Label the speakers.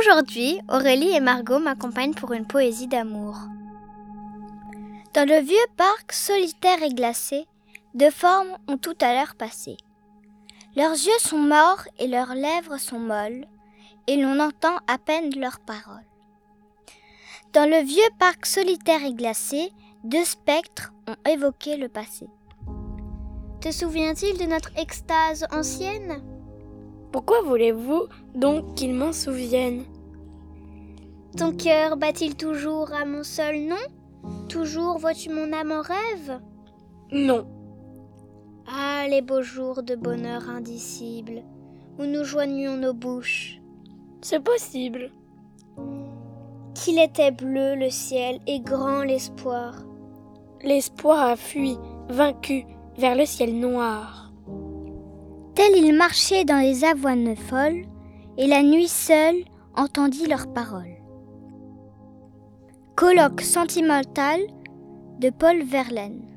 Speaker 1: Aujourd'hui, Aurélie et Margot m'accompagnent pour une poésie d'amour. Dans le vieux parc solitaire et glacé, deux formes ont tout à l'heure passé. Leurs yeux sont morts et leurs lèvres sont molles, et l'on entend à peine leurs paroles. Dans le vieux parc solitaire et glacé, deux spectres ont évoqué le passé. Te souviens-t-il de notre extase ancienne ?
Speaker 2: Pourquoi voulez-vous donc qu'ils m'en souviennent ?
Speaker 1: Ton cœur bat-il toujours à mon seul nom ? Toujours vois-tu mon âme en rêve ?
Speaker 2: Non.
Speaker 1: Ah, les beaux jours de bonheur indicible, où nous joignions nos bouches.
Speaker 2: C'est possible.
Speaker 1: Qu'il était bleu le ciel et grand l'espoir.
Speaker 2: L'espoir a fui, vaincu, vers le ciel noir.
Speaker 1: Tel ils marchaient dans les avoines folles, et la nuit seule entendit leurs paroles. Colloque sentimental de Paul Verlaine.